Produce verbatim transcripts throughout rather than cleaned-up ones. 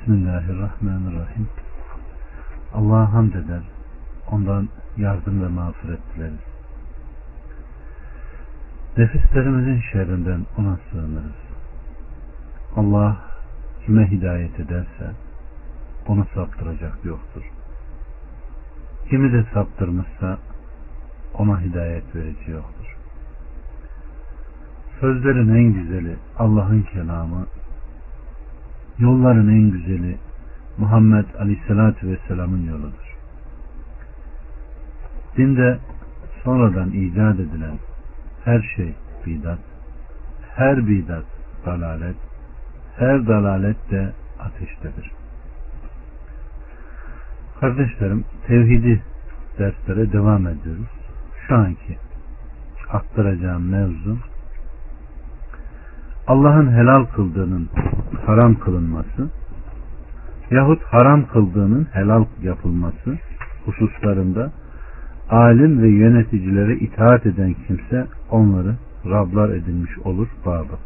Bismillahirrahmanirrahim. Allah'a hamd eder, ondan yardım ve mağfiret dileriz. Nefislerimizin şerrinden ona sığınırız. Allah kime hidayet ederse onu saptıracak yoktur. Kimi de saptırmışsa ona hidayet verici yoktur. Sözlerin en güzeli Allah'ın kelamı, yolların en güzeli Muhammed Aleyhisselatü Vesselam'ın yoludur. Dinde sonradan icat edilen her şey bidat, her bidat dalalet, her dalalet de ateştedir. Kardeşlerim, tevhidi derslere devam ediyoruz. Şu anki aktaracağım mevzu Allah'ın helal kıldığının haram kılınması yahut haram kıldığının helal yapılması hususlarında alim ve yöneticilere itaat eden kimse onları Rablar edinmiş olur babı.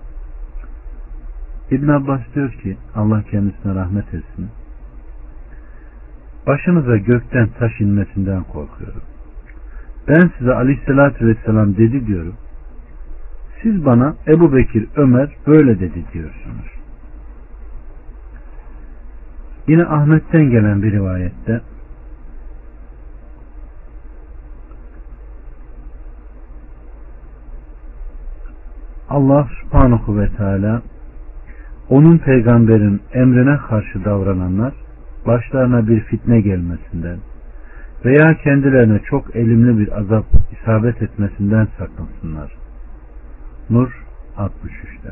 İbn Abbas diyor ki, Allah kendisine rahmet etsin, başınıza gökten taş inmesinden korkuyorum. Ben size Aleyhisselatü Vesselam dedi diyorum. Siz bana Ebu Bekir, Ömer böyle dedi diyorsunuz. Yine Ahmet'ten gelen bir rivayette Allah Subhanahu ve Teala onun peygamberin emrine karşı davrananlar başlarına bir fitne gelmesinden veya kendilerine çok elimli bir azap isabet etmesinden sakınsınlar. Nur altmış üçte.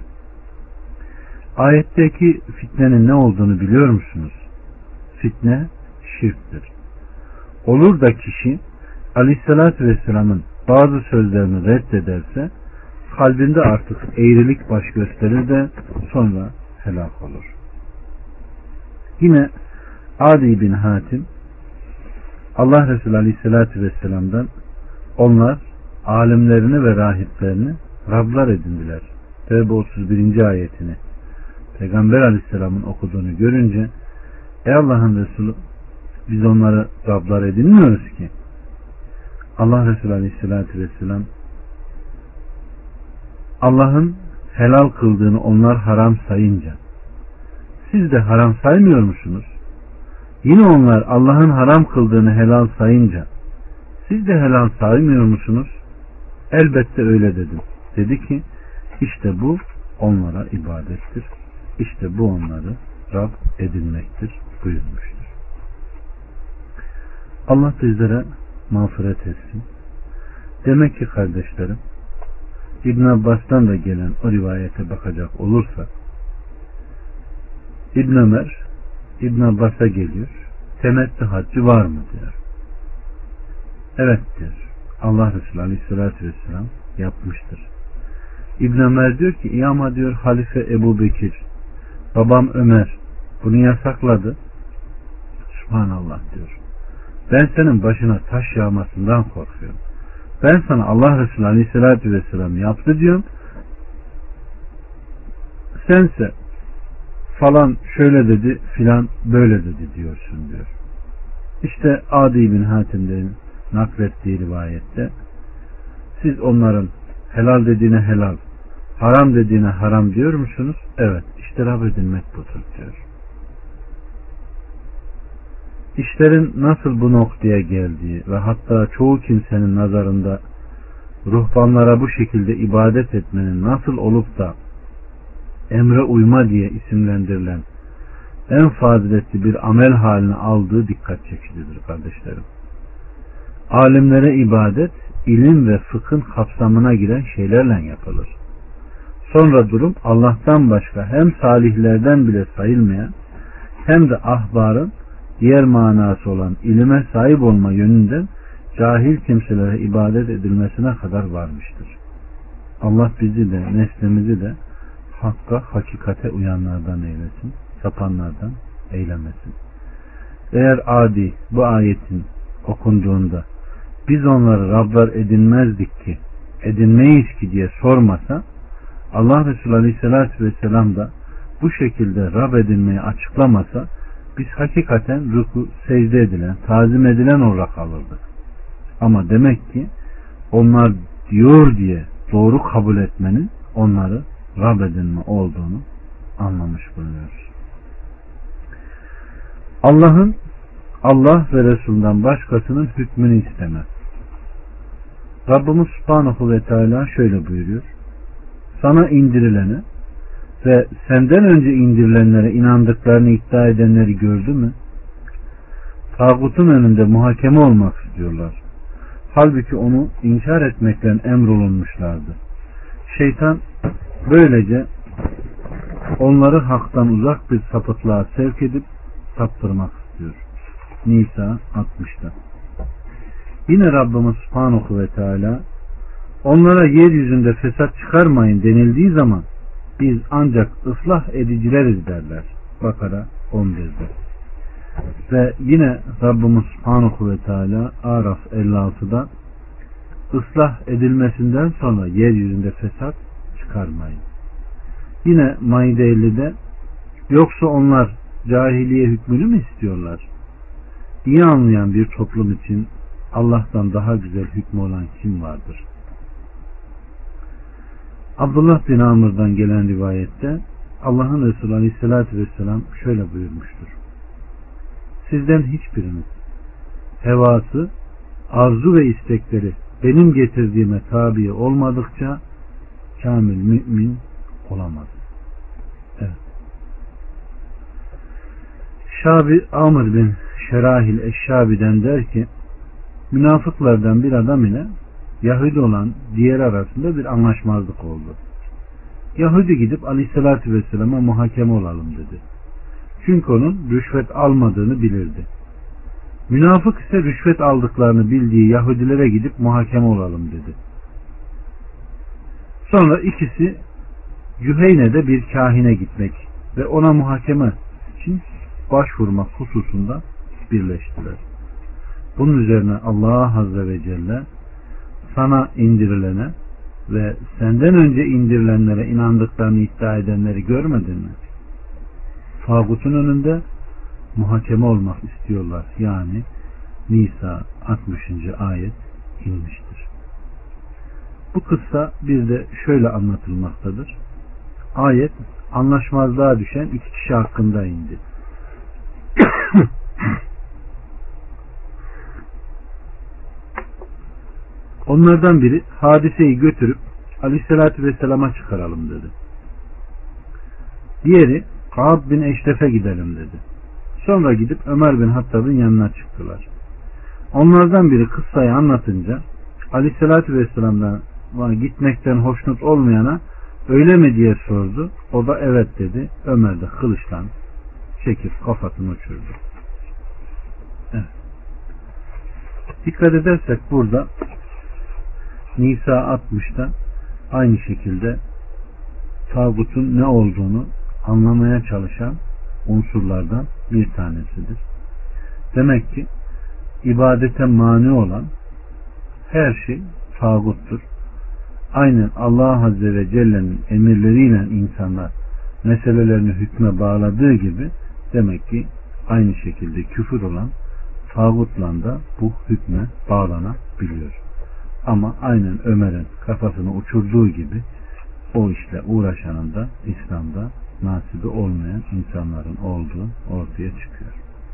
Ayetteki fitnenin ne olduğunu biliyor musunuz? Fitne şirktir. Olur da kişi Aleyhisselatü Vesselam'ın bazı sözlerini reddederse kalbinde artık eğrilik baş gösterir de sonra helak olur. Yine Adi bin Hatim Allah Resulü Aleyhisselatü Vesselam'dan onlar alimlerini ve rahiplerini Rablar edindiler. Tevbe otuz birinci ayetini Peygamber Aleyhisselam'ın okuduğunu görünce ey Allah'ın Resulü biz onları Rablar edinmiyoruz ki. Allah Resulü Aleyhisselatü Vesselam Allah'ın helal kıldığını onlar haram sayınca siz de haram saymıyor musunuz? Yine onlar Allah'ın haram kıldığını helal sayınca siz de helal saymıyor musunuz? Elbette öyle dedim. Dedi ki işte bu onlara ibadettir. İşte bu onları Rab edinmektir buyurmuştur. Allah bizlere mağfiret etsin. Demek ki kardeşlerim İbn Abbas'tan da gelen o rivayete bakacak olursa İbn Ömer İbn Abbas'a geliyor. Temettü haccı var mı diyor. Evet diyor. Allah Resulü Aleyhisselatü Vesselam yapmıştır. İbn Ömer diyor ki iyi ama diyor Halife Ebu Bekir babam Ömer bunu yasakladı. Subhanallah diyor. Ben senin başına taş yağmasından korkuyorum. Ben sana Allah Resulü Aleyhisselatü Vesselam yaptı diyorum. Sense falan şöyle dedi filan böyle dedi diyorsun diyor. İşte Adi bin Hatim'den naklettiği rivayette siz onların helal dediğine helal, haram dediğine haram diyor musunuz? Evet. İşte Rab edinmek budur diyor. İşlerin nasıl bu noktaya geldiği ve hatta çoğu kimsenin nazarında ruhbanlara bu şekilde ibadet etmenin nasıl olup da emre uyma diye isimlendirilen en faziletli bir amel haline aldığı dikkat çekicidir kardeşlerim. Alimlere ibadet, ilim ve fıkhın kapsamına giren şeylerle yapılır. Sonra durum Allah'tan başka hem salihlerden bile sayılmayan hem de ahbarın diğer manası olan ilime sahip olma yönünden cahil kimselere ibadet edilmesine kadar varmıştır. Allah bizi de neslimizi de hakka, hakikate uyanlardan eylesin, sapanlardan eylemesin. Eğer Adi bu ayetin okunduğunda biz onları Rablar edinmezdik ki, edinmeyiz ki diye sormasa Allah Resulü Aleyhisselatü Vesselam da bu şekilde Rab edinmeyi açıklamasa biz hakikaten ruku, secde edilen, tazim edilen olarak alırdık. Ama demek ki onlar diyor diye doğru kabul etmenin onları Rab edinme olduğunu anlamış bulunuyoruz. Allah'ın Allah ve Resulünden başkasının hükmünü istemez. Rabbimiz Subhanahu ve Teala şöyle buyuruyor. Sana indirileni ve senden önce indirilenlere inandıklarını iddia edenleri gördü mü? Tağutun önünde muhakeme olmak istiyorlar. Halbuki onu inkar etmekle emrolunmuşlardı. Şeytan böylece onları haktan uzak bir sapıklığa sevk edip saptırmak istiyor. Nisa altmışta. Yine Rabbimiz Subhanahu ve Teala onlara yeryüzünde fesat çıkarmayın denildiği zaman biz ancak ıslah edicileriz derler. Bakara on birde. Ve yine Rabbimiz Subhanahu ve Teala Araf elli altıda ıslah edilmesinden sonra yeryüzünde fesat çıkarmayın. Yine Maide ellide yoksa onlar cahiliye hükmünü mü istiyorlar? İyi anlayan bir toplum için Allah'tan daha güzel hükmü olan kim vardır? Abdullah bin Amr'dan gelen rivayette Allah'ın Resulü Aleyhisselatü Vesselam şöyle buyurmuştur. Sizden hiçbiriniz hevası, arzu ve istekleri benim getirdiğime tabi olmadıkça kamil mümin olamaz. Evet. Şabi Amr bin Şerahil Eşşabi'den der ki münafıklardan bir adam ile Yahudi olan diğer arasında bir anlaşmazlık oldu. Yahudi gidip Aleyhisselatü Vesselam'a muhakeme olalım dedi. Çünkü onun rüşvet almadığını bilirdi. Münafık ise rüşvet aldıklarını bildiği Yahudilere gidip muhakeme olalım dedi. Sonra ikisi Cüheyne'de bir kahine gitmek ve ona muhakeme için başvurmak hususunda birleştiler. Bunun üzerine Allah Azze ve Celle sana indirilene ve senden önce indirilenlere inandıklarını iddia edenleri görmedin mi? Tağutun önünde muhakeme olmak istiyorlar. Yani Nisa altmışıncı ayet inmiştir. Bu kıssa bir de şöyle anlatılmaktadır. Ayet anlaşmazlığa düşen iki kişi hakkında indi. Onlardan biri hadiseyi götürüp Aleyhisselatü Vesselam'a çıkaralım dedi. Diğeri Ka'b bin Eşref'e gidelim dedi. Sonra gidip Ömer bin Hattab'ın yanına çıktılar. Onlardan biri kıssayı anlatınca Aleyhisselatü Vesselam'dan gitmekten hoşnut olmayana öyle mi diye sordu. O da evet dedi. Ömer de kılıçla çekip kafasını uçurdu. Evet. Dikkat edersek burada Nisa altmışta aynı şekilde tağutun ne olduğunu anlamaya çalışan unsurlardan bir tanesidir. Demek ki ibadete mani olan her şey tağuttur. Aynen Allah Azze ve Celle'nin emirleriyle insanlar meselelerini hükme bağladığı gibi demek ki aynı şekilde küfür olan tağutla da bu hükme bağlanabiliyor. Ama aynen Ömer'in kafasını uçurduğu gibi o işle uğraşanın da İslam'da nasibi olmayan insanların olduğu ortaya çıkıyor.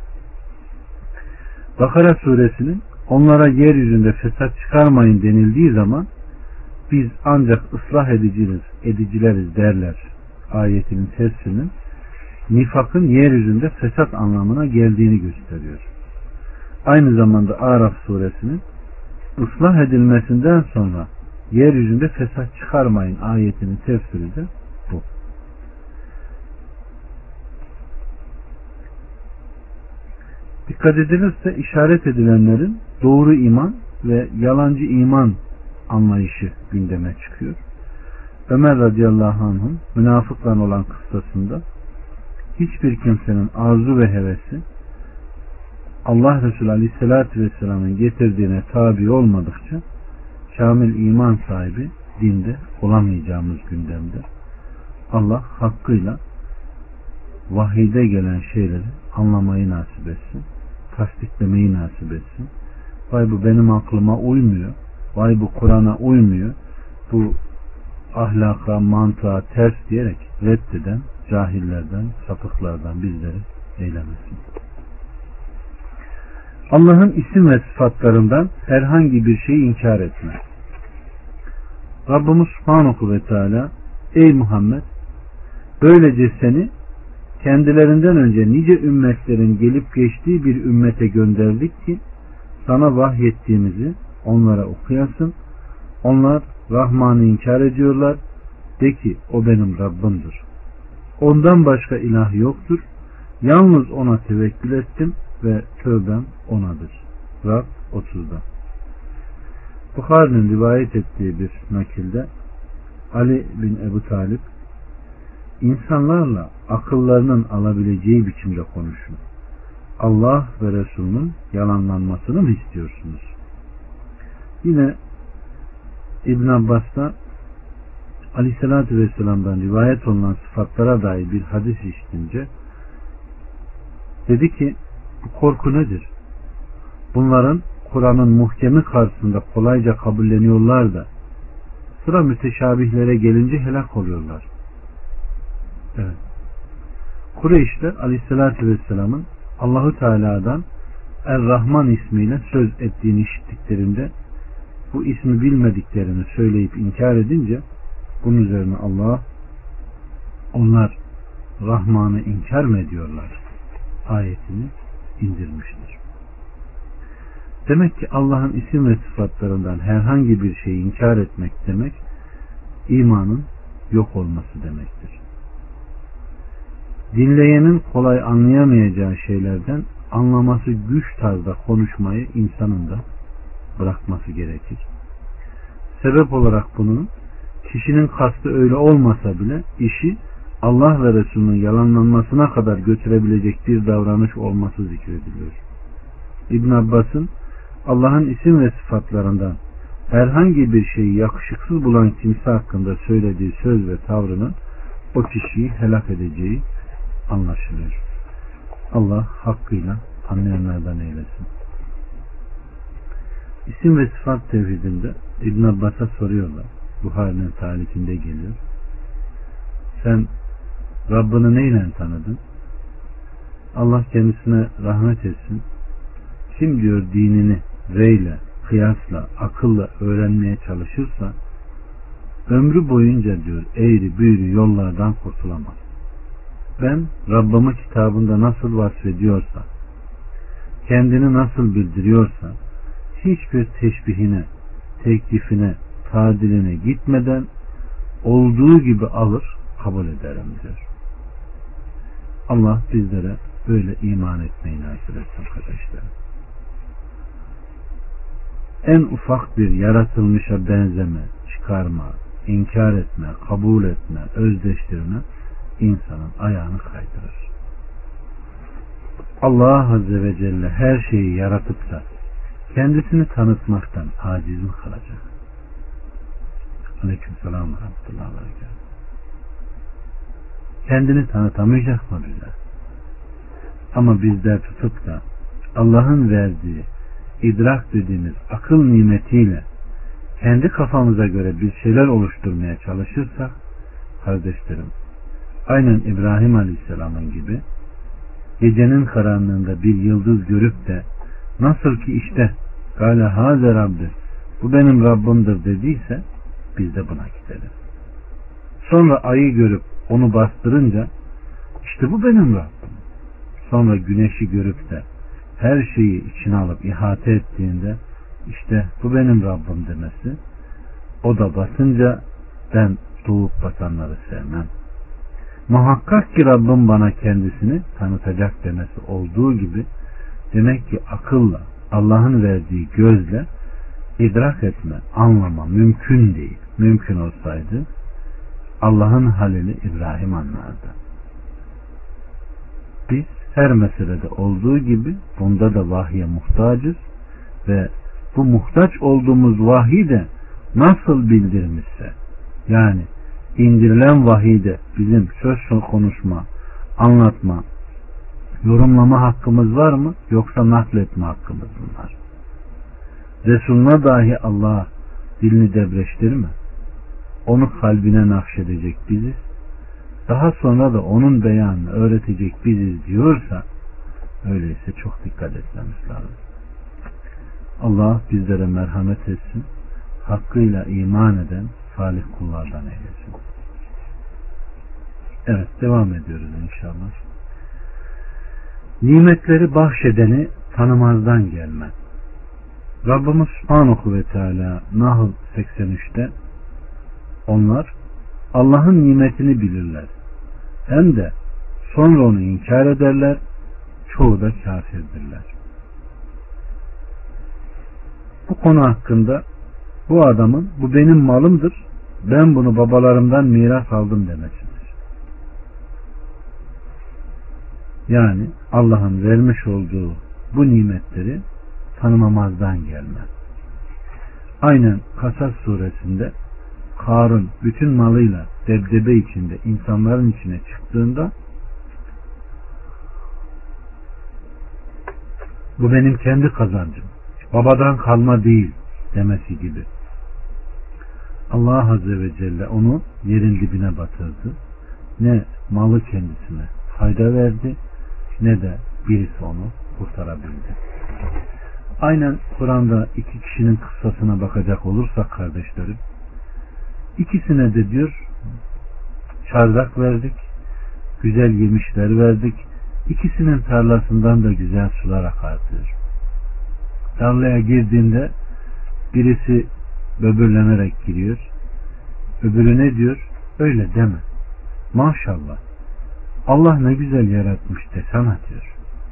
Bakara suresinin onlara yeryüzünde fesat çıkarmayın denildiği zaman biz ancak ıslah edicileriz, edicileriz derler ayetinin tefsirinin nifakın yeryüzünde fesat anlamına geldiğini gösteriyor. Aynı zamanda Araf suresinin ıslah edilmesinden sonra yeryüzünde fesat çıkarmayın ayetinin tefsiri de bu. Dikkat edilirse işaret edilenlerin doğru iman ve yalancı iman anlayışı gündeme çıkıyor. Ömer radıyallahu anh'ın münafıkla olan kıssasında hiçbir kimsenin arzu ve hevesi Allah Resulü Aleyhisselatü Vesselam'ın getirdiğine tabi olmadıkça kamil iman sahibi dinde olamayacağımız gündemde Allah hakkıyla vahide gelen şeyleri anlamayı nasip etsin. Tasdiklemeyi nasip etsin. Vay bu benim aklıma uymuyor. Vay bu Kur'an'a uymuyor. Bu ahlaka, mantığa ters diyerek reddeden cahillerden, sapıklardan bizleri eylemesin. Allah'ın isim ve sıfatlarından herhangi bir şeyi inkar etme. Rabbimiz Subhanahu ve Teala ey Muhammed, böylece seni kendilerinden önce nice ümmetlerin gelip geçtiği bir ümmete gönderdik ki sana vahyettiğimizi onlara okuyasın. Onlar Rahman'ı inkar ediyorlar. De ki o benim Rabbimdir. Ondan başka ilah yoktur. Yalnız ona tevekkül ettim ve tövbem onadır. Rab otuzda. Bukhari'nin rivayet ettiği bir nakilde Ali bin Ebu Talib, insanlarla akıllarının alabileceği biçimde konuşun. Allah ve Resulünün yalanlanmasını mı istiyorsunuz? Yine İbn Abbas'ta Aleyhisselatü Vesselam'dan rivayet olunan sıfatlara dair bir hadis işitince dedi ki bu korku nedir? Bunların Kur'an'ın muhkemi karşısında kolayca kabulleniyorlar da sıra müteşabihlere gelince helak oluyorlar. Evet. Kureyşler Aleyhisselatü Vesselam'ın Allahu Teala'dan Er-Rahman ismiyle söz ettiğini işittiklerinde bu ismi bilmediklerini söyleyip inkar edince bunun üzerine Allah onlar Rahman'ı inkar mı ediyorlar ayetini indirmiştir. Demek ki Allah'ın isim ve sıfatlarından herhangi bir şeyi inkar etmek demek imanın yok olması demektir. Dinleyenin kolay anlayamayacağı şeylerden anlaması güç tarzda konuşmayı insanın da bırakması gerekir. Sebep olarak bunun kişinin kastı öyle olmasa bile işi Allah ve Resulünün yalanlanmasına kadar götürebilecek bir davranış olması zikrediliyor. İbn Abbas'ın Allah'ın isim ve sıfatlarından herhangi bir şeyi yakışıksız bulan kimse hakkında söylediği söz ve tavrının o kişiyi helak edeceği anlaşılıyor. Allah hakkıyla anlayanlardan eylesin. İsim ve sıfat tevhidinde İbn Abbas'a soruyorlar. Buhari'nin tarihinde geliyor. Sen Rabbini neyle tanıdın? Allah kendisine rahmet etsin. Kim diyor dinini reyle, kıyasla, akılla öğrenmeye çalışırsa ömrü boyunca diyor eğri büğrü yollardan kurtulamaz. Ben Rabbimi kitabında nasıl vasfediyorsa, kendini nasıl bildiriyorsa hiçbir teşbihine, teklifine, tadiline gitmeden olduğu gibi alır, kabul ederim diyor. Allah bizlere böyle iman etmeyi nasip etsin kardeşlerim. En ufak bir yaratılmışa benzeme, çıkarma, inkar etme, kabul etme, özdeştirme insanın ayağını kaydırır. Allah Azze ve Celle her şeyi yaratıp da kendisini tanıtmaktan aciz mi kalacak? Aleykümselam ve rahmetullahi ve berekatuhu. Kendini tanıtamayacak mı bize? Ama bizler tutup da Allah'ın verdiği idrak dediğimiz akıl nimetiyle kendi kafamıza göre bir şeyler oluşturmaya çalışırsak kardeşlerim, aynen İbrahim Aleyhisselam'ın gibi gecenin karanlığında bir yıldız görüp de nasıl ki işte Gâle hâze Rabbi, bu benim Rabbimdir dediyse biz de buna gideriz. Sonra ayı görüp onu bastırınca işte bu benim Rabbim. Sonra güneşi görüp de her şeyi içine alıp ihate ettiğinde işte bu benim Rabbim demesi, o da basınca ben doğup batanları sevmem. Muhakkak ki Rabbim bana kendisini tanıtacak demesi olduğu gibi demek ki akılla, Allah'ın verdiği gözle idrak etme, anlama mümkün değil. Mümkün olsaydı Allah'ın halini İbrahim anlardı. Biz her meselede olduğu gibi bunda da vahye muhtacız ve bu muhtaç olduğumuz vahiy de nasıl bildirmişse, yani indirilen vahiyde bizim söz konuşma, anlatma, yorumlama hakkımız var mı? Yoksa nakletme hakkımız mı var? Resuluna dahi Allah dilini debreştirme. Onu kalbine nakşedecek biziz. Daha sonra da onun beyanını öğretecek biziz diyorsa, öyleyse çok dikkat etmemiz lazım. Allah bizlere merhamet etsin. Hakkıyla iman eden salih kullardan eylesin. Evet, devam ediyoruz inşallah. Nimetleri bahşedeni tanımazdan gelme. Rabbimiz Subhanahu ve Teala Nahl seksen üçte onlar Allah'ın nimetini bilirler. Hem de sonra onu inkar ederler. Çoğu da kafirdirler. Bu konu hakkında bu adamın bu benim malımdır, ben bunu babalarımdan miras aldım demesidir. Yani Allah'ın vermiş olduğu bu nimetleri tanımamazdan gelme. Aynen Kasas suresinde Karun bütün malıyla debdebe içinde insanların içine çıktığında bu benim kendi kazancım, babadan kalma değil demesi gibi. Allah Azze ve Celle onu yerin dibine batırdı. Ne malı kendisine fayda verdi, ne de birisi onu kurtarabildi. Aynen Kur'an'da iki kişinin kıssasına bakacak olursak kardeşlerim, ikisine de diyor çardak verdik, güzel yemişler verdik, ikisinin tarlasından da güzel sular akartıyor. Tarlaya girdiğinde birisi böbürlenerek giriyor, öbürü ne diyor? Öyle deme. Maşallah, Allah ne güzel yaratmış desene diyor.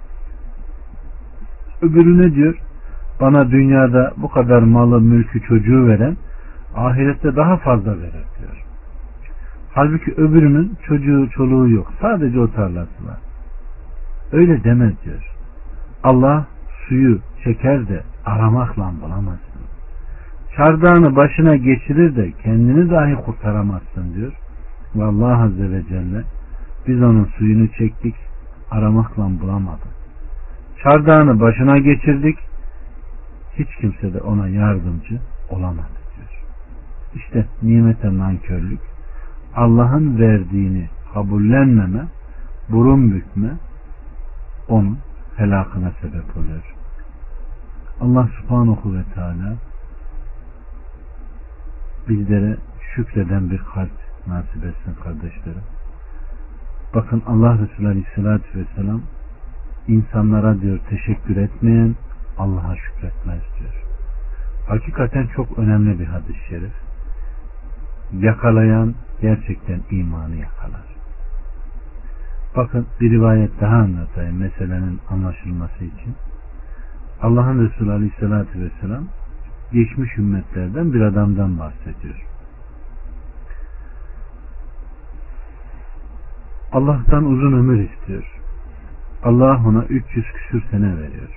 Öbürü ne diyor? Bana dünyada bu kadar malı, mülkü, çocuğu veren ahirette daha fazla verir diyor. Halbuki öbürünün çocuğu, çoluğu yok. Sadece o tarlası var. Öyle deme diyor. Allah suyu çeker de aramakla bulamazsın. Çardağını başına geçirir de kendini dahi kurtaramazsın diyor. Ve Allah Azze ve Celle biz onun suyunu çektik, aramakla bulamadık. Çardağını başına geçirdik, hiç kimse de ona yardımcı olamadı diyor. İşte nimete nankörlük, Allah'ın verdiğini kabullenmeme, burun bükme, onun helakına sebep oluyor. Allah Subhanahu ve Teala bizlere şükreden bir kalp nasip etsin kardeşlerim. Bakın Allah Resulü Aleyhisselatü Vesselam insanlara diyor teşekkür etmeyen Allah'a şükretmez diyor. Hakikaten çok önemli bir hadis-i şerif. Yakalayan gerçekten imanı yakalar. Bakın bir rivayet daha anlatayım meselenin anlaşılması için. Allah'ın Resulü Aleyhisselatü Vesselam geçmiş ümmetlerden bir adamdan bahsediyor. Allah'tan uzun ömür istiyor. Allah ona üç yüz küsür sene veriyor.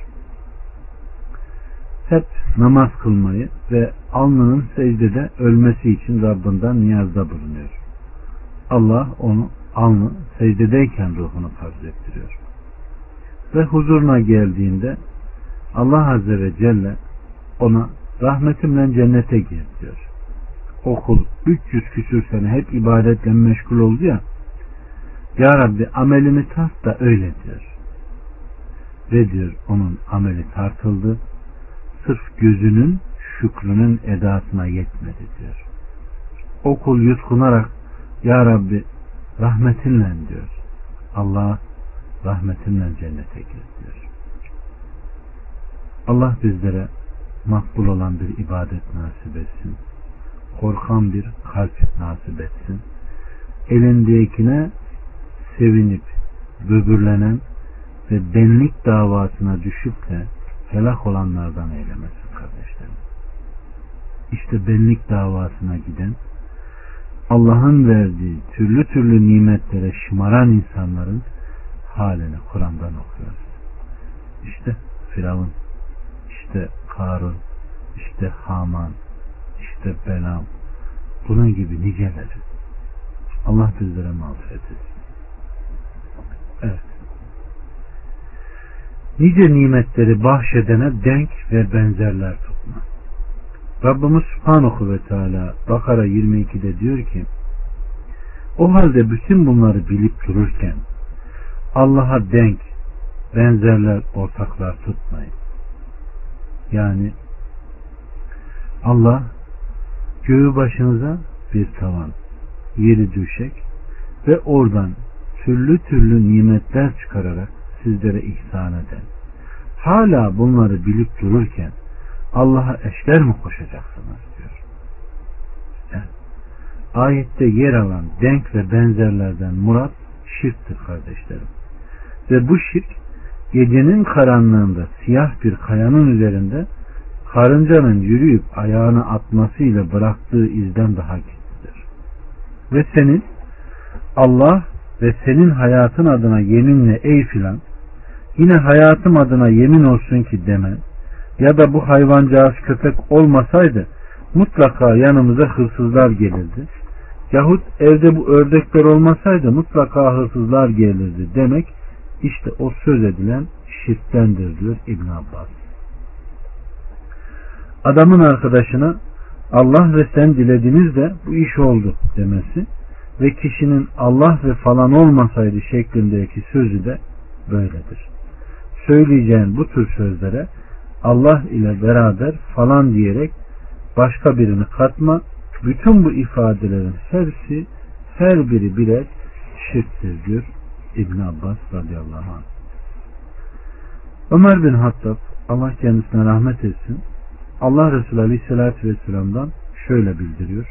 Hep namaz kılmayı ve alnının secdede ölmesi için Rabbinden niyazda bulunuyor. Allah onu alnı secdedeyken ruhunu kabz ettiriyor. Ve huzuruna geldiğinde Allah Azze ve Celle ona rahmetimle cennete gir diyor. O kul üç yüz küsür sene hep ibadetle meşgul oldu ya, Ya Rabbi amelimi tart da öyle diyor. Ve diyor onun ameli tartıldı. Sırf gözünün şükrünün edasına yetmedi diyor. O kul yutkunarak Ya Rabbi rahmetinle diyor. Allah rahmetinle cennete gir diyor. Allah bizlere makbul olan bir ibadet nasip etsin. Korkan bir kalp nasip etsin. Elindekine sevinip böbürlenen ve benlik davasına düşüp de helak olanlardan eylemesin kardeşlerim. İşte benlik davasına giden, Allah'ın verdiği türlü türlü nimetlere şımaran insanların halini Kur'an'dan okuyoruz. İşte Firavun, işte Karun, işte Haman, işte Belam, bunun gibi niceleri. Allah bizlere mağfiret etsin. Evet. Nice nimetleri bahşedene denk ve benzerler tutma. Rabbimiz Subhanahu ve Teala Bakara yirmi ikide diyor ki, o halde bütün bunları bilip dururken Allah'a denk, benzerler, ortaklar tutmayın. Yani Allah göğü başınıza bir tavan, yeri döşek ve oradan türlü türlü nimetler çıkararak sizlere ihsan eden. Hala bunları bilip dururken Allah'a eşler mi koşacaksınız diyor. Yani, ayette yer alan denk ve benzerlerden murat şirktir kardeşlerim. Ve bu şirk gecenin karanlığında siyah bir kayanın üzerinde karıncanın yürüyüp ayağını atmasıyla bıraktığı izden daha gizlidir. Ve senin Allah ve senin hayatın adına yeminle ey filan, yine hayatım adına yemin olsun ki demen ya da bu hayvancağız köpek olmasaydı mutlaka yanımıza hırsızlar gelirdi. Yahut evde bu ördekler olmasaydı mutlaka hırsızlar gelirdi demek işte o söz edilen şirktendir diyor İbn Abbas. Adamın arkadaşına Allah ve sen dilediniz de bu iş oldu demesi ve kişinin Allah ve falan olmasaydı şeklindeki sözü de böyledir. Söyleyeceğin bu tür sözlere Allah ile beraber falan diyerek başka birini katma. Bütün bu ifadelerin hepsi, her biri birer şirktir diyor İbn Abbas radıyallahu anh. Ömer bin Hattab, Allah kendisine rahmet etsin, Allah Resulü aleyhissalatü vesselam'dan şöyle bildiriyor.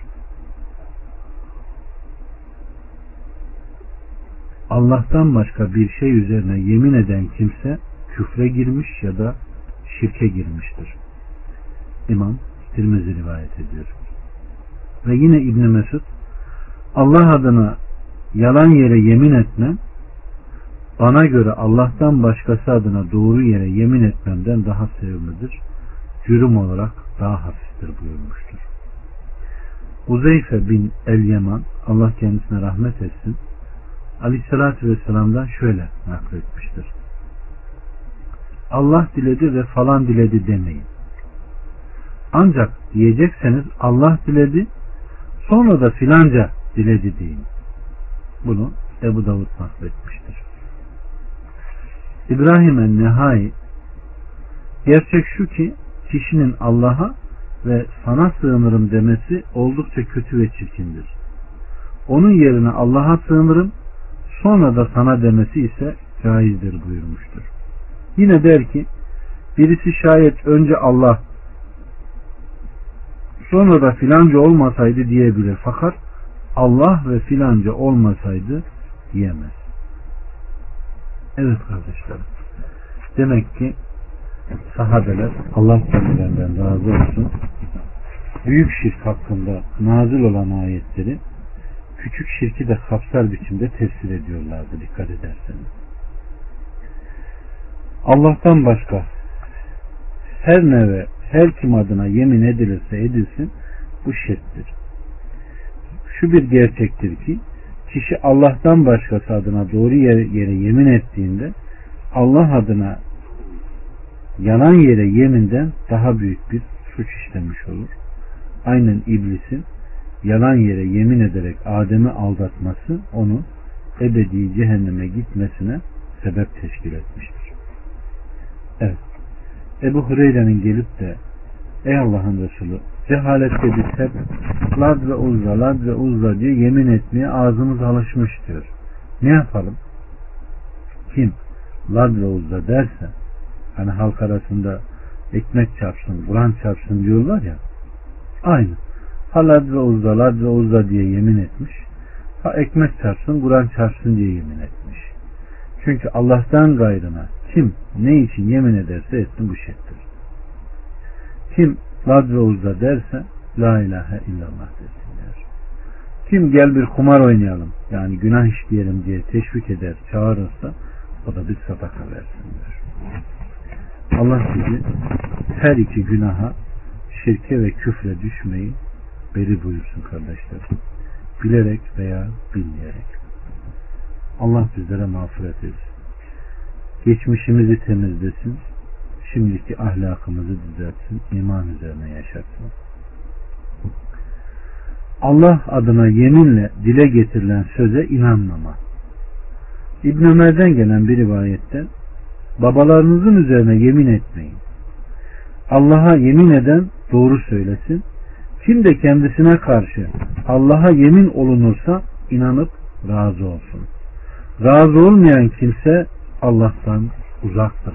Allah'tan başka bir şey üzerine yemin eden kimse küfre girmiş ya da şirke girmiştir. İmam Tirmizi rivayet ediyor. Ve yine İbn Mesud, Allah adına yalan yere yemin etmem, bana göre Allah'tan başkası adına doğru yere yemin etmemden daha sevimlidir. Cürüm olarak daha hafiftir buyurmuştur. Uzeyfe bin El-Yeman, Allah kendisine rahmet etsin, Aleyhisselatü Vesselam'dan şöyle nakletmiştir. Allah diledi ve falan diledi demeyin. Ancak diyecekseniz Allah diledi, sonra da filanca diledi deyin. Bunu Ebu Davud nakletmiştir. İbrahim en-Nehai, gerçek şu ki kişinin Allah'a ve sana sığınırım demesi oldukça kötü ve çirkindir. Onun yerine Allah'a sığınırım, sonra da sana demesi ise caizdir buyurmuştur. Yine der ki, birisi şayet önce Allah sonra da filanca olmasaydı diyebilir, fakat Allah ve filanca olmasaydı diyemez. Evet kardeşlerim, demek ki sahabeler, Allah kendilerinden razı olsun, büyük şirk hakkında nazil olan ayetleri küçük şirki de kapsar biçimde tefsir ediyorlardı, dikkat ederseniz. Allah'tan başka her neve, her kim adına yemin edilirse edilsin bu şirktir. Şu bir gerçektir ki kişi Allah'tan başkası adına doğru yere, yere yemin ettiğinde Allah adına yalan yere yeminden daha büyük bir suç işlemiş olur. Aynen iblisin yalan yere yemin ederek Adem'i aldatması onu ebedi cehenneme gitmesine sebep teşkil etmiştir. Evet. Ebu Hureyre'nin gelip de ey Allah'ın Resulü, cehalette biz hep Lad ve Uzza, Lad ve Uzza diye yemin etmeye ağzımız alışmış diyor. Ne yapalım? Kim Lad ve Uzza derse, hani halk arasında ekmek çarpsın, Kur'an çarpsın diyorlar ya, aynı. Ha Lad ve Uzza, Lad ve Uzza diye yemin etmiş, ha ekmek çarpsın, Kur'an çarpsın diye yemin etmiş. Çünkü Allah'tan gayrına kim ne için yemin ederse etsin bu şirktir. Kim Lad ve Uzza derse La ilahe illallah desin der. Kim gel bir kumar oynayalım, yani günah işleyelim diye teşvik eder, çağırırsa o da bir sadaka versin der. Allah bizi her iki günaha, şirke ve küfre düşmeyi beri buyursun kardeşler. Bilerek veya bilmeyerek. Allah bizlere mağfiret etsin. Geçmişimizi temizlesin. Şimdiki ahlakımızı düzeltsin. İman üzerine yaşatsın. Allah adına yeminle dile getirilen söze inanmama. İbn Ömer'den gelen bir rivayette babalarınızın üzerine yemin etmeyin. Allah'a yemin eden doğru söylesin. Kim de kendisine karşı Allah'a yemin olunursa inanıp razı olsun. Razı olmayan kimse Allah'tan uzaktır.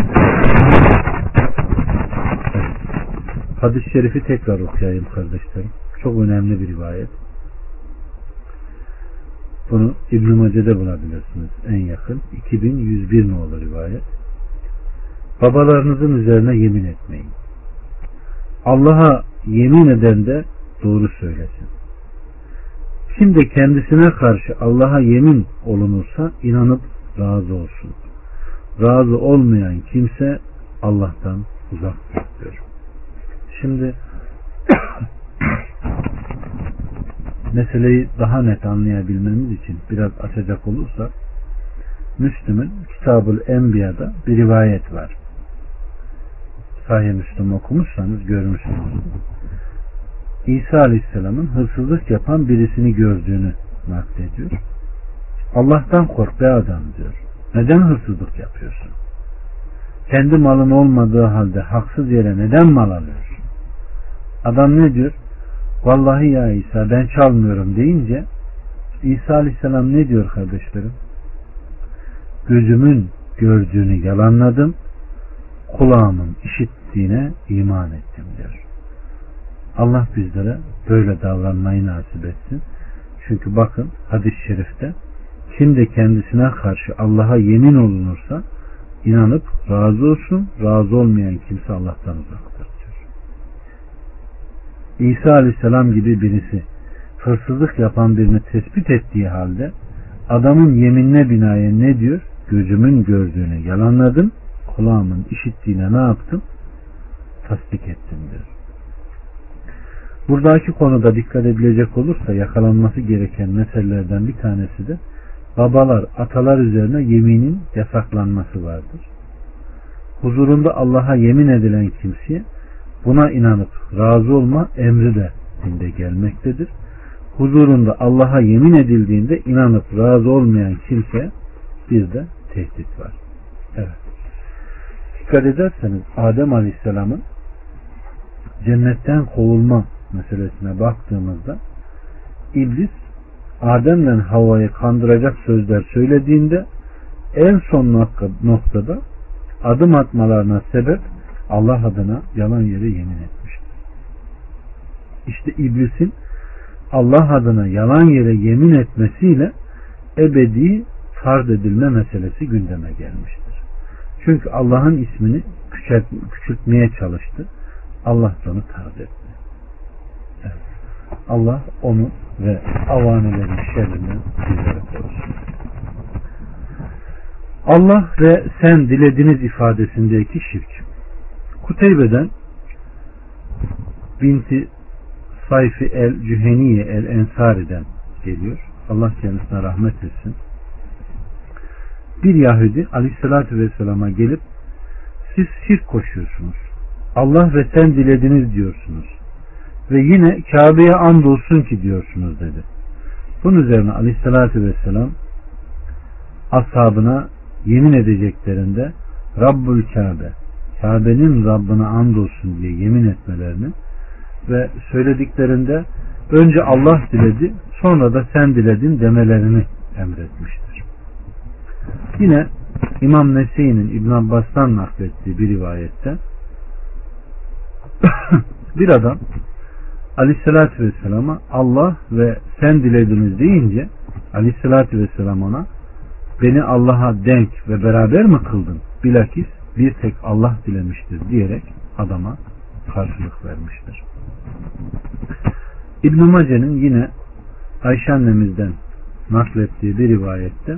Hadis-i şerifi tekrar okuyayım kardeşlerim. Çok önemli bir rivayet. Bunu İbn-i Mace'de bulabilirsiniz en yakın. iki bin yüz bir nolu rivayet. Babalarınızın üzerine yemin etmeyin. Allah'a yemin eden de doğru söylesin. Kim de kendisine karşı Allah'a yemin olunursa inanıp razı olsun. Razı olmayan kimse Allah'tan uzaktır diyor. Şimdi meseleyi daha net anlayabilmemiz için biraz açacak olursak, Müslüm'ün Kitab-ül Enbiya'da bir rivayet var. Sahih Müslüm okumuşsanız görmüşsünüz. İsa Aleyhisselam'ın hırsızlık yapan birisini gördüğünü naklediyor. Allah'tan kork be adam diyor. Neden hırsızlık yapıyorsun? Kendi malın olmadığı halde haksız yere neden mal alıyorsun? Adam ne diyor? Vallahi ya İsa ben çalmıyorum deyince İsa Aleyhisselam ne diyor kardeşlerim? Gözümün gördüğünü yalanladım, kulağımın işittiğine iman ettim diyor. Allah bizlere böyle davranmayı nasip etsin. Çünkü bakın hadis-i şerifte kim de kendisine karşı Allah'a yemin olunursa inanıp razı olsun, razı olmayan kimse Allah'tan uzaktır diyor. İsa Aleyhisselam gibi birisi hırsızlık yapan birini tespit ettiği halde adamın yeminine binaen ne diyor? Gözümün gördüğünü yalanladım, kulağımın işittiğine ne yaptım? Tasdik ettim diyor. Buradaki konuda dikkat edilecek olursa yakalanması gereken meselelerden bir tanesi de babalar, atalar üzerine yeminin yasaklanması vardır. Huzurunda Allah'a yemin edilen kimseye buna inanıp razı olma emri de dinde gelmektedir. Huzurunda Allah'a yemin edildiğinde inanıp razı olmayan kimseye bir de tehdit var. Evet. Dikkat ederseniz Adem Aleyhisselam'ın cennetten kovulma meselesine baktığımızda İblis Adem'le Havva'yı kandıracak sözler söylediğinde en son noktada adım atmalarına sebep Allah adına yalan yere yemin etmiştir. İşte İblis'in Allah adına yalan yere yemin etmesiyle ebedi tard edilme meselesi gündeme gelmiştir. Çünkü Allah'ın ismini küçültmeye çalıştı. Allah da onu tard etti. Evet. Allah onu ve avanelerin şerrinden bizlere korusun. Allah ve sen dilediniz ifadesindeki şirk. Kuteybe'den binti Sayfi el-Cüheniye el-Ensari'den geliyor. Allah kendisine rahmet etsin. Bir Yahudi Aleyhisselatü Vesselam'a gelip siz şirk koşuyorsunuz. Allah ve sen dilediniz diyorsunuz. Ve yine Kabe'ye andolsun ki diyorsunuz dedi. Bunun üzerine Aleyhisselatü Vesselam ashabına yemin edeceklerinde Rabbül Kabe, Kabe'nin Rabbine andolsun diye yemin etmelerini ve söylediklerinde önce Allah diledi sonra da sen diledin demelerini emretmiştir. Yine İmam Nese'inin İbn Abbas'tan naklettiği bir rivayette bir adam Aleyhisselatü Vesselam'a Allah ve sen dilediniz deyince Aleyhisselatü Vesselam ona beni Allah'a denk ve beraber mi kıldın? Bilakis bir tek Allah dilemiştir diyerek adama karşılık vermiştir. İbn-i Mace'nin yine Ayşe annemizden naklettiği bir rivayette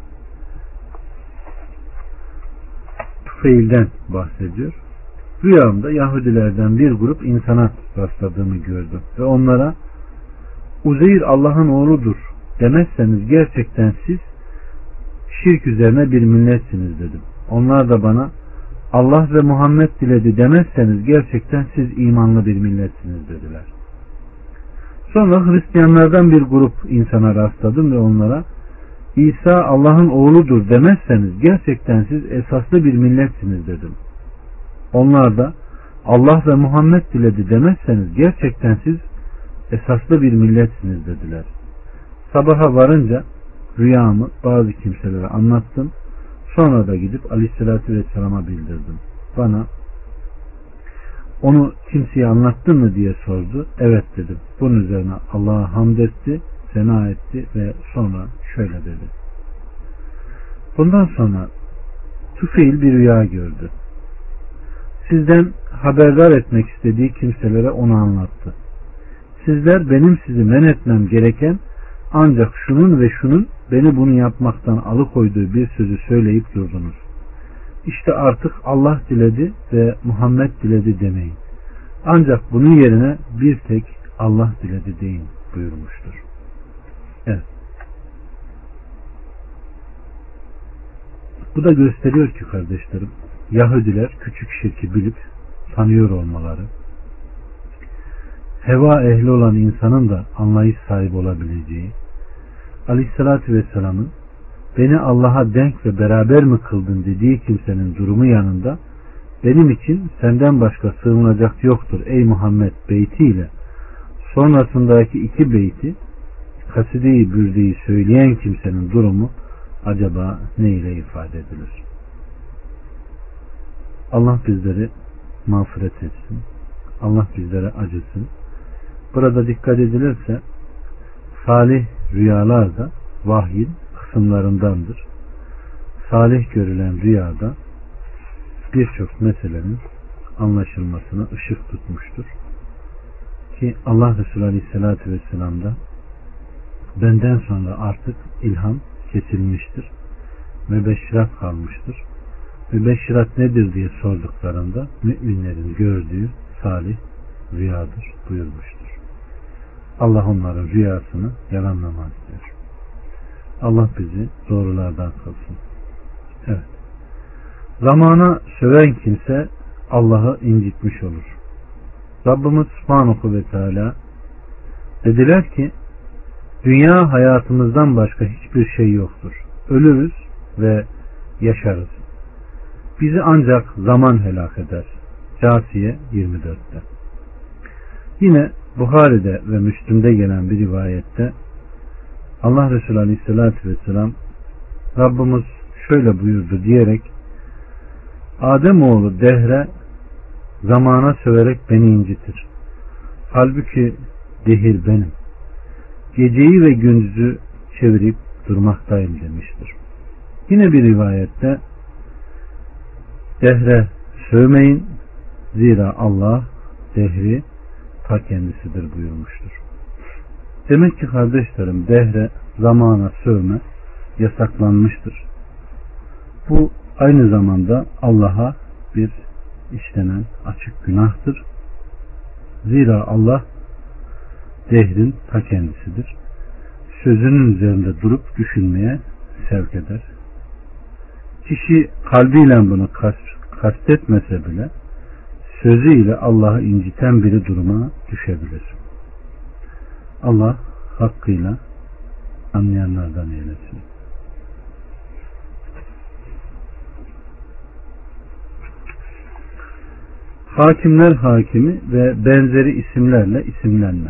Tufeil'den bahsediyor. Rüyamda Yahudilerden bir grup insana rastladığımı gördüm ve onlara Uzeyr Allah'ın oğludur demezseniz gerçekten siz şirk üzerine bir milletsiniz dedim. Onlar da bana Allah ve Muhammed diledi demezseniz gerçekten siz imanlı bir milletsiniz dediler. Sonra Hristiyanlardan bir grup insana rastladım ve onlara İsa Allah'ın oğludur demezseniz gerçekten siz esaslı bir milletsiniz dedim. Onlar da Allah ve Muhammed diledi demezseniz gerçekten siz esaslı bir milletsiniz dediler. Sabaha varınca rüyamı bazı kimselere anlattım. Sonra da gidip Aleyhisselatü Vesselam'a bildirdim. Bana onu kimseye anlattın mı diye sordu. Evet dedim. Bunun üzerine Allah'a hamd etti, sena etti ve sonra şöyle dedi. Bundan sonra Tufeil bir rüya gördü. Sizden haberdar etmek istediği kimselere onu anlattı. Sizler benim sizi men etmem gereken ancak şunun ve şunun beni bunu yapmaktan alıkoyduğu bir sözü söyleyip durdunuz. İşte artık Allah diledi ve Muhammed diledi demeyin. Ancak bunun yerine bir tek Allah diledi deyin buyurmuştur. Evet. Bu da gösteriyor ki kardeşlerim, Yahudiler küçük şirki bilip tanıyor olmaları, heva ehli olan insanın da anlayış sahibi olabileceği, Aleyhisselatü Vesselam'ın beni Allah'a denk ve beraber mi kıldın dediği kimsenin durumu yanında benim için senden başka sığınacak yoktur ey Muhammed beytiyle sonrasındaki iki beyti kaside-i bürdeyi söyleyen kimsenin durumu acaba ne ile ifade edilir? Allah bizleri mağfiret etsin. Allah bizlere acısın. Burada dikkat edilirse salih rüyalar da vahyin kısımlarındandır. Salih görülen rüyada birçok meselenin anlaşılmasına ışık tutmuştur. Ki Allah Resulü Aleyhisselatü Vesselam'da benden sonra artık ilham kesilmiştir. Mübeşşirat kalmıştır. Mübeşşirat nedir diye sorduklarında müminlerin gördüğü salih rüyadır buyurmuştur. Allah onların rüyasını yalanlamaz diyor. Allah bizi doğrulardan kılsın. Evet. Zamana söven kimse Allah'ı incitmiş olur. Rabbimiz Subhanahu ve Teala dediler ki dünya hayatımızdan başka hiçbir şey yoktur. Ölürüz ve yaşarız. Bizi ancak zaman helak eder. Câsiye yirmi dörtte. Yine Buhari'de ve Müslim'de gelen bir rivayette Allah Resulü Aleyhisselatü Vesselam Rabbimiz şöyle buyurdu diyerek Ademoğlu dehre zamana söverek beni incitir. Halbuki dehir benim. Geceyi ve gündüzü çevirip durmaktayım demiştir. Yine bir rivayette dehre sövmeyin zira Allah dehri ta kendisidir buyurmuştur. Demek ki kardeşlerim dehre zamana sövme yasaklanmıştır. Bu aynı zamanda Allah'a bir işlenen açık günahtır. Zira Allah dehrin ta kendisidir. Sözünün üzerinde durup düşünmeye sevk eder. Kişi kalbiyle bunu kastetmese bile sözüyle Allah'ı inciten biri duruma düşebilir. Allah hakkıyla anlayanlardan eylesin. Hakimler hakimi ve benzeri isimlerle isimlenme.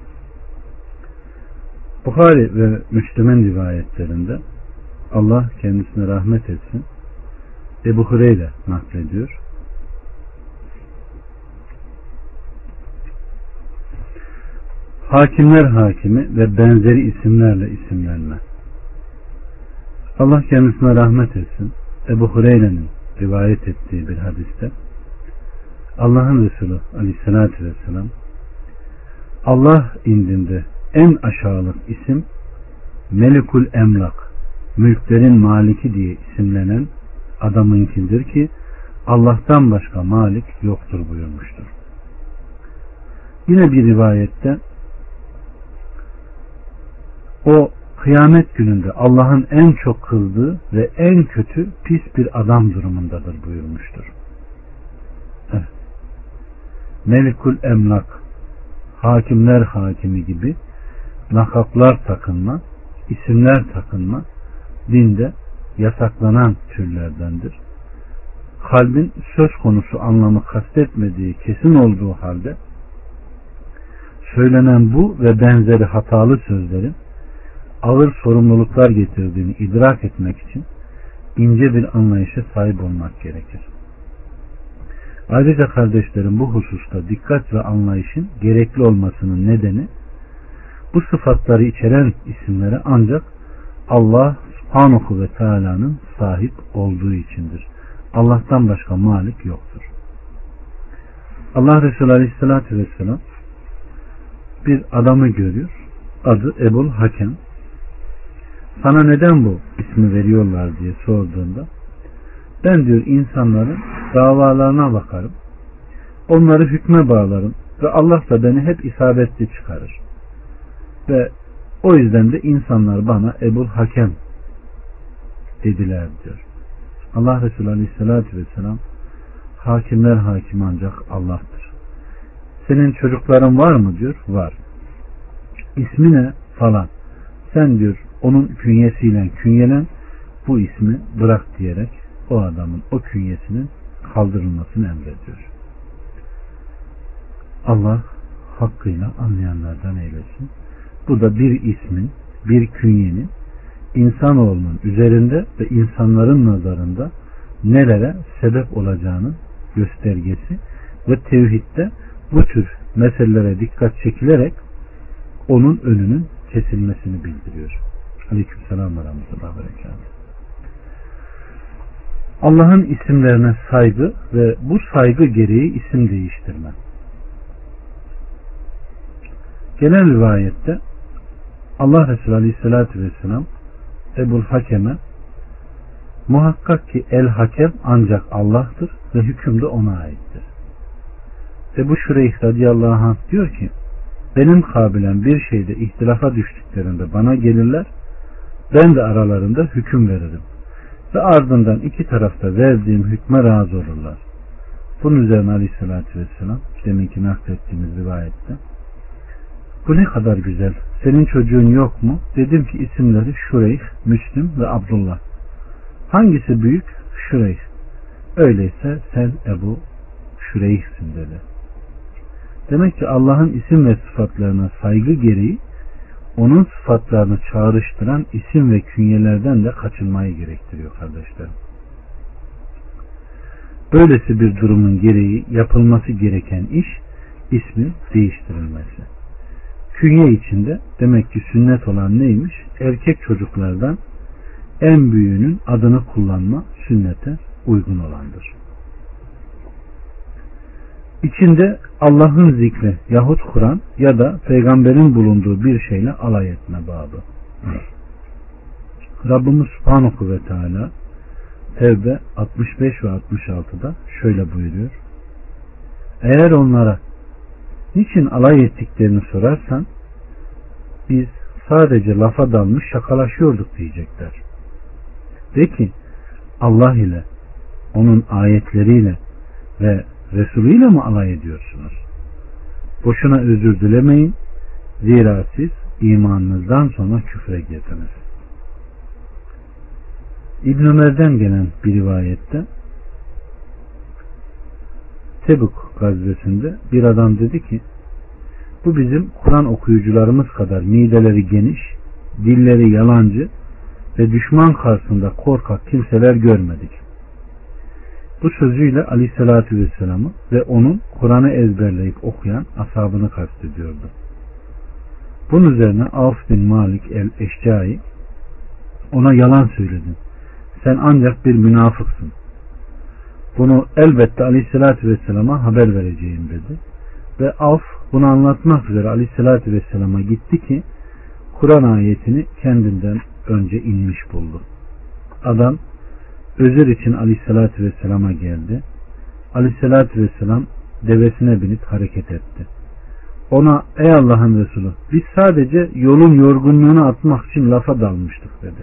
Buhari ve Müslim'in rivayetlerinde Allah kendisine rahmet etsin Ebu Hureyre naklediyor. Hakimler hakimi ve benzeri isimlerle isimlenme. Allah kendisine rahmet etsin. Ebu Hureyre'nin rivayet ettiği bir hadiste Allah'ın Resulü Aleyhisselatü Vesselam Allah indinde en aşağılık isim Melikul Emlak, mülklerin maliki diye isimlenen adamınkidir ki Allah'tan başka malik yoktur buyurmuştur. Yine bir rivayette o kıyamet gününde Allah'ın en çok kızdığı ve en kötü pis bir adam durumundadır buyurmuştur. Evet. Melikul Emlak, hakimler hakimi gibi lakaplar takınma, isimler takınma dinde yasaklanan türlerdendir. Kalbin söz konusu anlamı kastetmediği kesin olduğu halde söylenen bu ve benzeri hatalı sözlerin ağır sorumluluklar getirdiğini idrak etmek için ince bir anlayışa sahip olmak gerekir. Ayrıca kardeşlerim, bu hususta dikkat ve anlayışın gerekli olmasının nedeni bu sıfatları içeren isimlere ancak Allah Subhanahu ve Teala'nın sahip olduğu içindir. Allah'tan başka malik yoktur. Allah Resulü Aleyhisselatü Vesselam bir adamı görüyor. Adı Ebul Hakem. Sana neden bu ismi veriyorlar diye sorduğunda, ben diyor insanların davalarına bakarım, onları hükme bağlarım ve Allah da beni hep isabetli çıkarır. Ve o yüzden de insanlar bana Ebul Hakem dediler diyor. Allah Resulü Aleyhisselatü Vesselam, hakimler hakim ancak Allah'tır. Senin çocukların var mı diyor. Var. İsmi ne? Falan. Sen diyor onun künyesiyle künyelen, bu ismi bırak diyerek o adamın o künyesinin kaldırılmasını emrediyor. Allah hakkıyla anlayanlardan eylesin. Bu da bir ismin, bir künyenin insanoğlunun üzerinde ve insanların nazarında nelere sebep olacağının göstergesi ve tevhidde bu tür meselelere dikkat çekilerek onun önünün kesilmesini bildiriyor. Aleykümselam ve rahmetullahi ve berekatuhu. Allah'ın isimlerine saygı ve bu saygı gereği isim değiştirme. Genel rivayette Allah Resulü Aleyhisselatü Vesselam Ebul Hakem'e, muhakkak ki El Hakem ancak Allah'tır ve hüküm de ona aittir. Ebu Şureyh radıyallahu anh diyor ki, benim kabilen bir şeyde ihtilafa düştüklerinde bana gelirler, ben de aralarında hüküm veririm ve ardından iki tarafta verdiğim hükme razı olurlar. Bunun üzerine Aleyhisselatü Vesselam deminki naklettiğimiz rivayette, bu ne kadar güzel, senin çocuğun yok mu? Dedim ki isimleri Şureyh, Müslüm ve Abdullah. Hangisi büyük? Şureyh. Öyleyse sen Ebu Şureyh'sin dedi. Demek ki Allah'ın isim ve sıfatlarına saygı gereği onun sıfatlarını çağrıştıran isim ve künyelerden de kaçınmayı gerektiriyor kardeşlerim. Böylesi bir durumun gereği yapılması gereken iş ismin değiştirilmesi. Künye içinde demek ki sünnet olan neymiş? Erkek çocuklardan en büyüğünün adını kullanma sünnete uygun olandır. İçinde Allah'ın zikri yahut Kur'an ya da peygamberin bulunduğu bir şeyle alay etme babı. Rabbimiz Subhanahu ve Teala Tevbe altmış beş ve altmış altıda şöyle buyuruyor. Eğer onlara niçin alay ettiklerini sorarsan biz sadece lafa dalmış şakalaşıyorduk diyecekler. De ki Allah ile, onun ayetleriyle ve Resulü ile mi alay ediyorsunuz? Boşuna özür dilemeyin. Zira siz imanınızdan sonra küfre girdiniz. İbn Ömer'den gelen bir rivayette Tebuk gazvesinde bir adam dedi ki, bu bizim Kur'an okuyucularımız kadar mideleri geniş, dilleri yalancı ve düşman karşısında korkak kimseler görmedik. Bu sözüyle Aleyhisselatü Vesselam'ı ve onun Kur'an'ı ezberleyip okuyan ashabını kastediyordu. Bunun üzerine Avf bin Malik el-Eşcai, ona yalan söyledin. Sen ancak bir münafıksın. Bunu elbette Aleyhisselatü Vesselam'a haber vereceğim dedi. Ve Avf bunu anlatmak üzere Aleyhisselatü Vesselam'a gitti ki Kur'an ayetini kendinden önce inmiş buldu. Adam özür için Aleyhisselatü Vesselam'a geldi. Aleyhisselatü Vesselam devesine binip hareket etti. ona ey Allah'ın Resulü biz sadece yolun yorgunluğunu atmak için lafa dalmıştık dedi.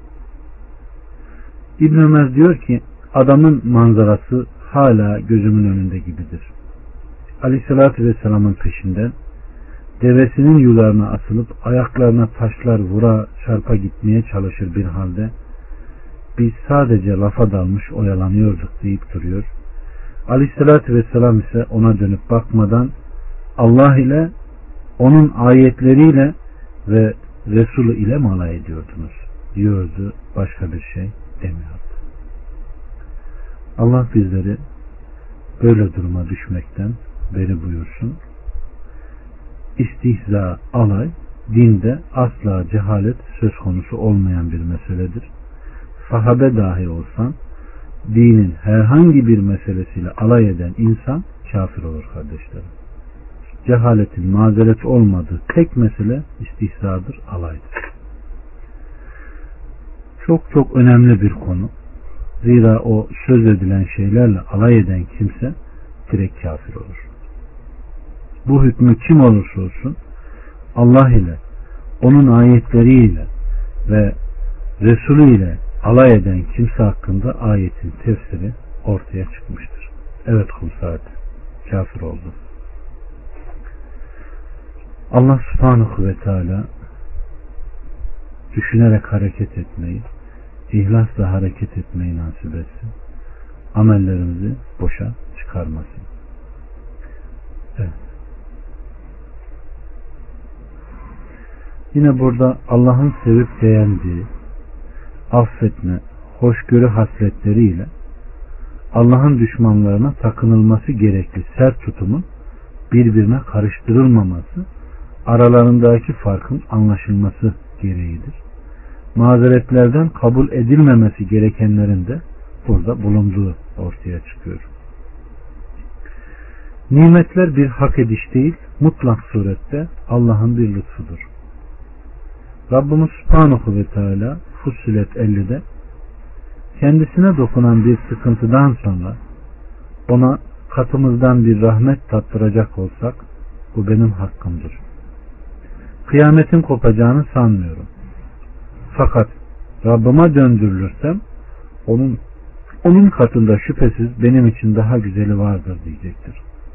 İbn Ömer diyor ki adamın manzarası hala gözümün önünde gibidir. Aleyhissalatü Vesselam'ın peşinden devesinin yularına asılıp ayaklarına taşlar vura çarpa gitmeye çalışır bir halde biz sadece lafa dalmış oyalanıyorduk deyip duruyor. Aleyhissalatü Vesselam ise ona dönüp bakmadan Allah ile onun ayetleriyle ve Resulü ile mi alay ediyordunuz diyordu, başka bir şey demiyordu. Allah bizleri böyle duruma düşmekten beri buyursun. İstihza, alay dinde asla cehalet söz konusu olmayan bir meseledir. Sahabe dahi olsan dinin herhangi bir meselesiyle alay eden insan kafir olur kardeşlerim. Cehaletin mazeret olmadığı tek mesele istihzadır, alaydır. Çok çok önemli bir konu. Zira o söz edilen şeylerle alay eden kimse direkt kafir olur. Bu hükmü kim olursa olsun Allah ile, onun ayetleriyle ve Resulü ile alay eden kimse hakkında ayetin tefsiri ortaya çıkmıştır. Evet kul saat kafir oldu. Allah subhanahu ve teala düşünerek hareket etmeyi, ihlasla hareket etmeyi nasip etsin. Amellerimizi boşa çıkarmasın. Evet. Yine burada Allah'ın sevip beğendiği affetme, hoşgörü hasletleriyle Allah'ın düşmanlarına takınılması gerekli sert tutumun birbirine karıştırılmaması, aralarındaki farkın anlaşılması gereğidir. Mazeretlerden kabul edilmemesi gerekenlerin de burada bulunduğu ortaya çıkıyor. Nimetler bir hak ediş değil, mutlak surette Allah'ın bir lütfudur. Rabbimiz Subhanahu ve Teala Fussilet ellide kendisine dokunan bir sıkıntıdan sonra ona katımızdan bir rahmet tattıracak olsak bu benim hakkımdır. Kıyametin kopacağını sanmıyorum. Fakat Rabbime döndürülürsem onun onun katında şüphesiz benim için daha güzeli vardır diyecektir.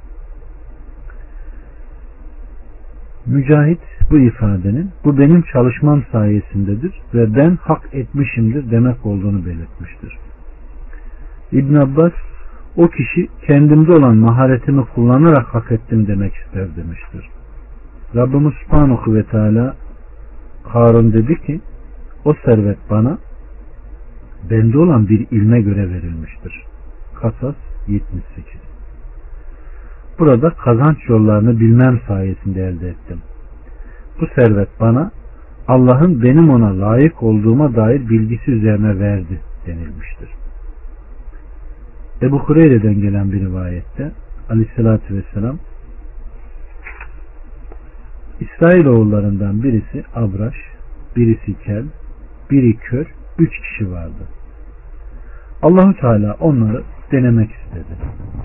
Mücahit bu ifadenin bu benim çalışmam sayesindedir ve ben hak etmişimdir demek olduğunu belirtmiştir. İbn Abbas o kişi kendimde olan maharetimi kullanarak hak ettim demek ister demiştir. Rabbimiz Subhanahu ve Teala Karun dedi ki o servet bana bende olan bir ilme göre verilmiştir. Kasas yetmiş sekiz. Burada kazanç yollarını bilmem sayesinde elde ettim. Bu servet bana Allah'ın benim ona layık olduğuma dair bilgisi üzerine verdi denilmiştir. Ebu Hureyre'den gelen bir rivayette Aleyhisselatü Vesselam İsrailoğullarından birisi Abraş, birisi kel, biri kör, üç kişi vardı. Allah-u Teala onları denemek istedi.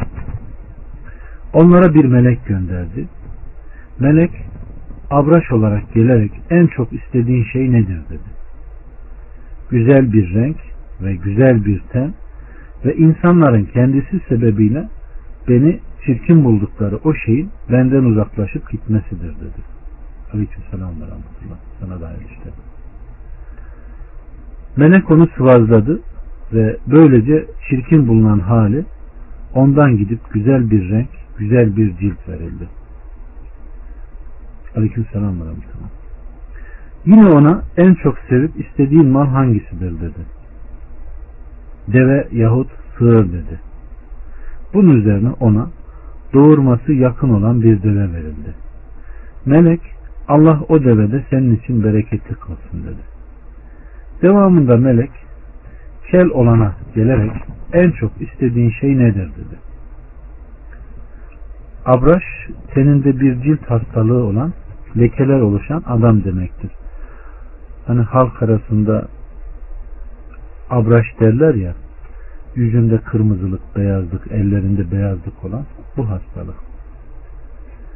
Onlara bir melek gönderdi. Melek Abraş olarak gelerek en çok istediğin şey nedir dedi. Güzel bir renk ve güzel bir ten ve insanların kendisi sebebiyle beni çirkin buldukları o şeyin benden uzaklaşıp gitmesidir dedi. Aleykümselam ve rahmetullah. Sana da işte. Melek onu sıvazladı ve böylece çirkin bulunan hali ondan gidip güzel bir renk, güzel bir cilt verildi. Aleykümselam ve rahmetullah. Yine ona en çok sevip istediğin mal hangisidir dedi. Deve yahut sığır dedi. Bunun üzerine ona doğurması yakın olan bir deve verildi. Melek Allah o devede senin için bereketli kılsın dedi. Devamında melek kel olana gelerek en çok istediğin şey nedir dedi. Abraş teninde bir cilt hastalığı olan lekeler oluşan adam demektir. Hani halk arasında abraş derler ya, yüzünde kırmızılık, beyazlık, ellerinde beyazlık olan bu hastalık.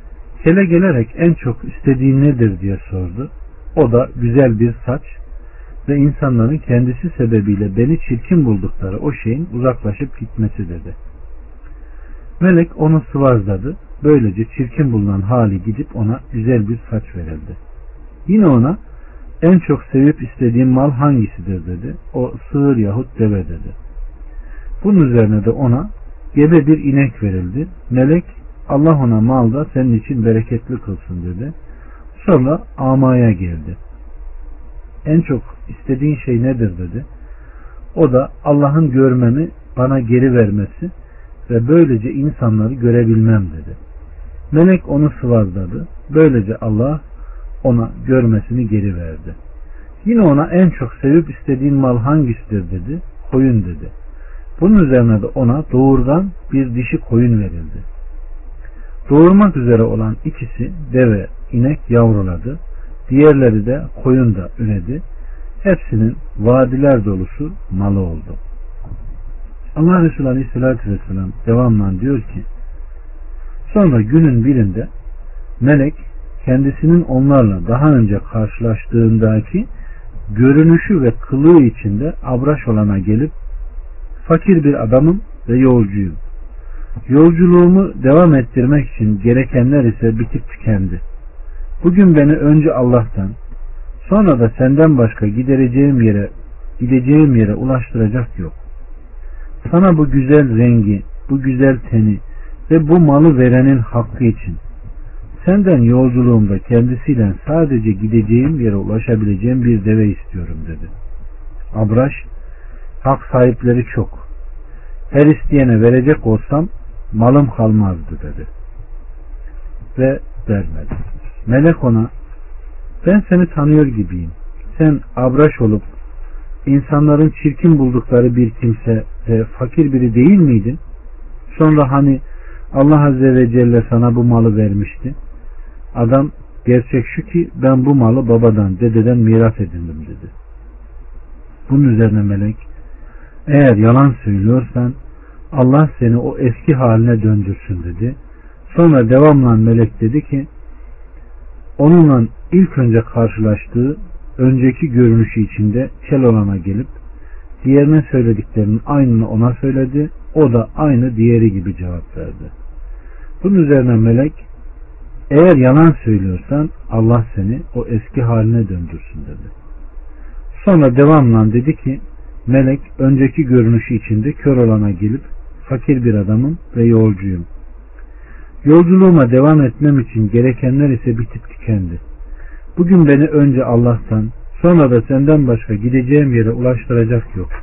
Kele gelerek en çok istediğin nedir diye sordu. O da güzel bir saç ve insanların kendisi sebebiyle beni çirkin buldukları o şeyin uzaklaşıp gitmesi dedi. Melek onu sıvazladı. Böylece çirkin bulunan hali gidip ona güzel bir saç verildi. Yine ona en çok sevip istediğin mal hangisidir dedi. O sığır yahut deve dedi. Bunun üzerine de ona gebe bir inek verildi. Melek Allah ona malda senin için bereketli kılsın dedi. Sonra amaya geldi. En çok istediğin şey nedir dedi. O da Allah'ın görmemi bana geri vermesi ve böylece insanları görebilmem dedi. Melek onu sıvazladı. Böylece Allah ona görmesini geri verdi. Yine ona en çok sevip istediğin mal hangisidir dedi. Koyun dedi. Bunun üzerine de ona doğurdan bir dişi koyun verildi. Doğurmak üzere olan ikisi deve, inek yavruladı. Diğerleri de koyun da üredi. Hepsinin vadiler dolusu malı oldu. Allah Resulü Aleyhisselatü Vesselam devamla diyor ki, sonra günün birinde melek kendisinin onlarla daha önce karşılaştığındaki görünüşü ve kılığı içinde abraş olana gelip, fakir bir adamım ve yolcuyum. Yolculuğumu devam ettirmek için gerekenler ise bitip tükendi. Bugün beni önce Allah'tan, sonra da senden başka gidereceğim yere, gideceğim yere ulaştıracak yok. Sana bu güzel rengi, bu güzel teni ve bu malı verenin hakkı için senden yolculuğumda kendisiyle sadece gideceğim yere ulaşabileceğim bir deve istiyorum dedi. Abraş, hak sahipleri çok. Her isteyene verecek olsam malım kalmazdı dedi. Ve vermedi. Melek ona, ben seni tanıyor gibiyim. Sen abraş olup insanların çirkin buldukları bir kimse ve fakir biri değil miydin? Sonra hani Allah Azze ve Celle sana bu malı vermişti. Adam, gerçek şu ki ben bu malı babadan, dededen miras edindim dedi. Bunun üzerine melek, eğer yalan söylüyorsan Allah seni o eski haline döndürsün dedi. Sonra devamla melek dedi ki, onunla ilk önce karşılaştığı önceki görünüşü içinde kel olana gelip diğerine söylediklerinin aynını ona söyledi. O da aynı diğeri gibi cevap verdi. Bunun üzerine melek, eğer yalan söylüyorsan Allah seni o eski haline döndürsün dedi. Sonra devamla dedi ki, melek önceki görünüşü içinde kör olana gelip fakir bir adamım ve yolcuyum. Yolculuğuma devam etmem için gerekenler ise bitip tükendi. Bugün beni önce Allah'tan, sonra da senden başka gideceğim yere ulaştıracak yok.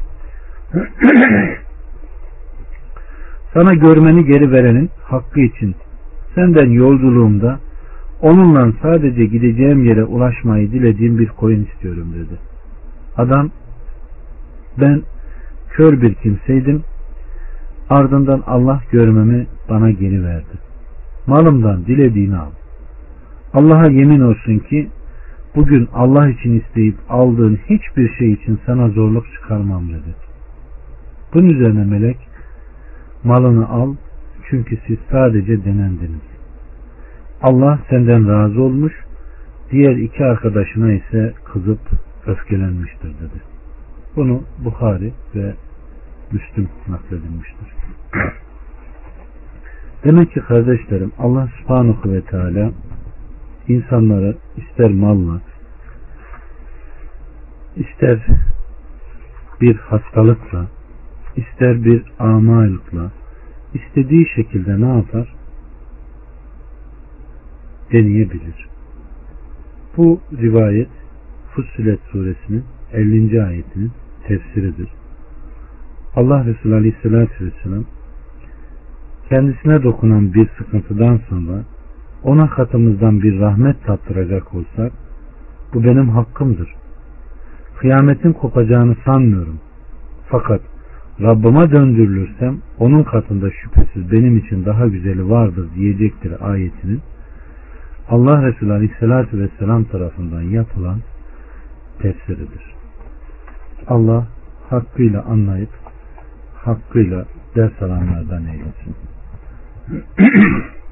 Sana görmeni geri verenin hakkı için senden yolculuğumda onunla sadece gideceğim yere ulaşmayı dilediğim bir koyun istiyorum dedi. Adam, ben kör bir kimseydim, ardından Allah görmemi bana geri verdi. Malımdan dilediğini al. Allah'a yemin olsun ki bugün Allah için isteyip aldığın hiçbir şey için sana zorluk çıkarmam dedi. Bunun üzerine melek, malını al çünkü siz sadece denendiniz. Allah senden razı olmuş, diğer iki arkadaşına ise kızıp öfkelenmiştir dedi. Bunu Buhari ve Müslüm nakledilmiştir. Demek ki kardeşlerim, Allah Subhanahu ve Teala insanları ister malla, ister bir hastalıkla, ister bir amalıkla, istediği şekilde ne yapar? Deneyebilir. Bu rivayet Fussilet suresinin ellinci ayetinin tefsiridir. Allah Resulü Aleyhisselatü Vesselam kendisine dokunan bir sıkıntıdan sonra ona katımızdan bir rahmet tattıracak olsak bu benim hakkımdır. Kıyametin kopacağını sanmıyorum. Fakat Rabbime döndürülürsem onun katında şüphesiz benim için daha güzeli vardır diyecektir ayetinin Allah Resulü Aleyhisselatü Vesselam tarafından yapılan tefsiridir. Allah hakkıyla anlayıp hakkıyla ders alanlardan eylesin.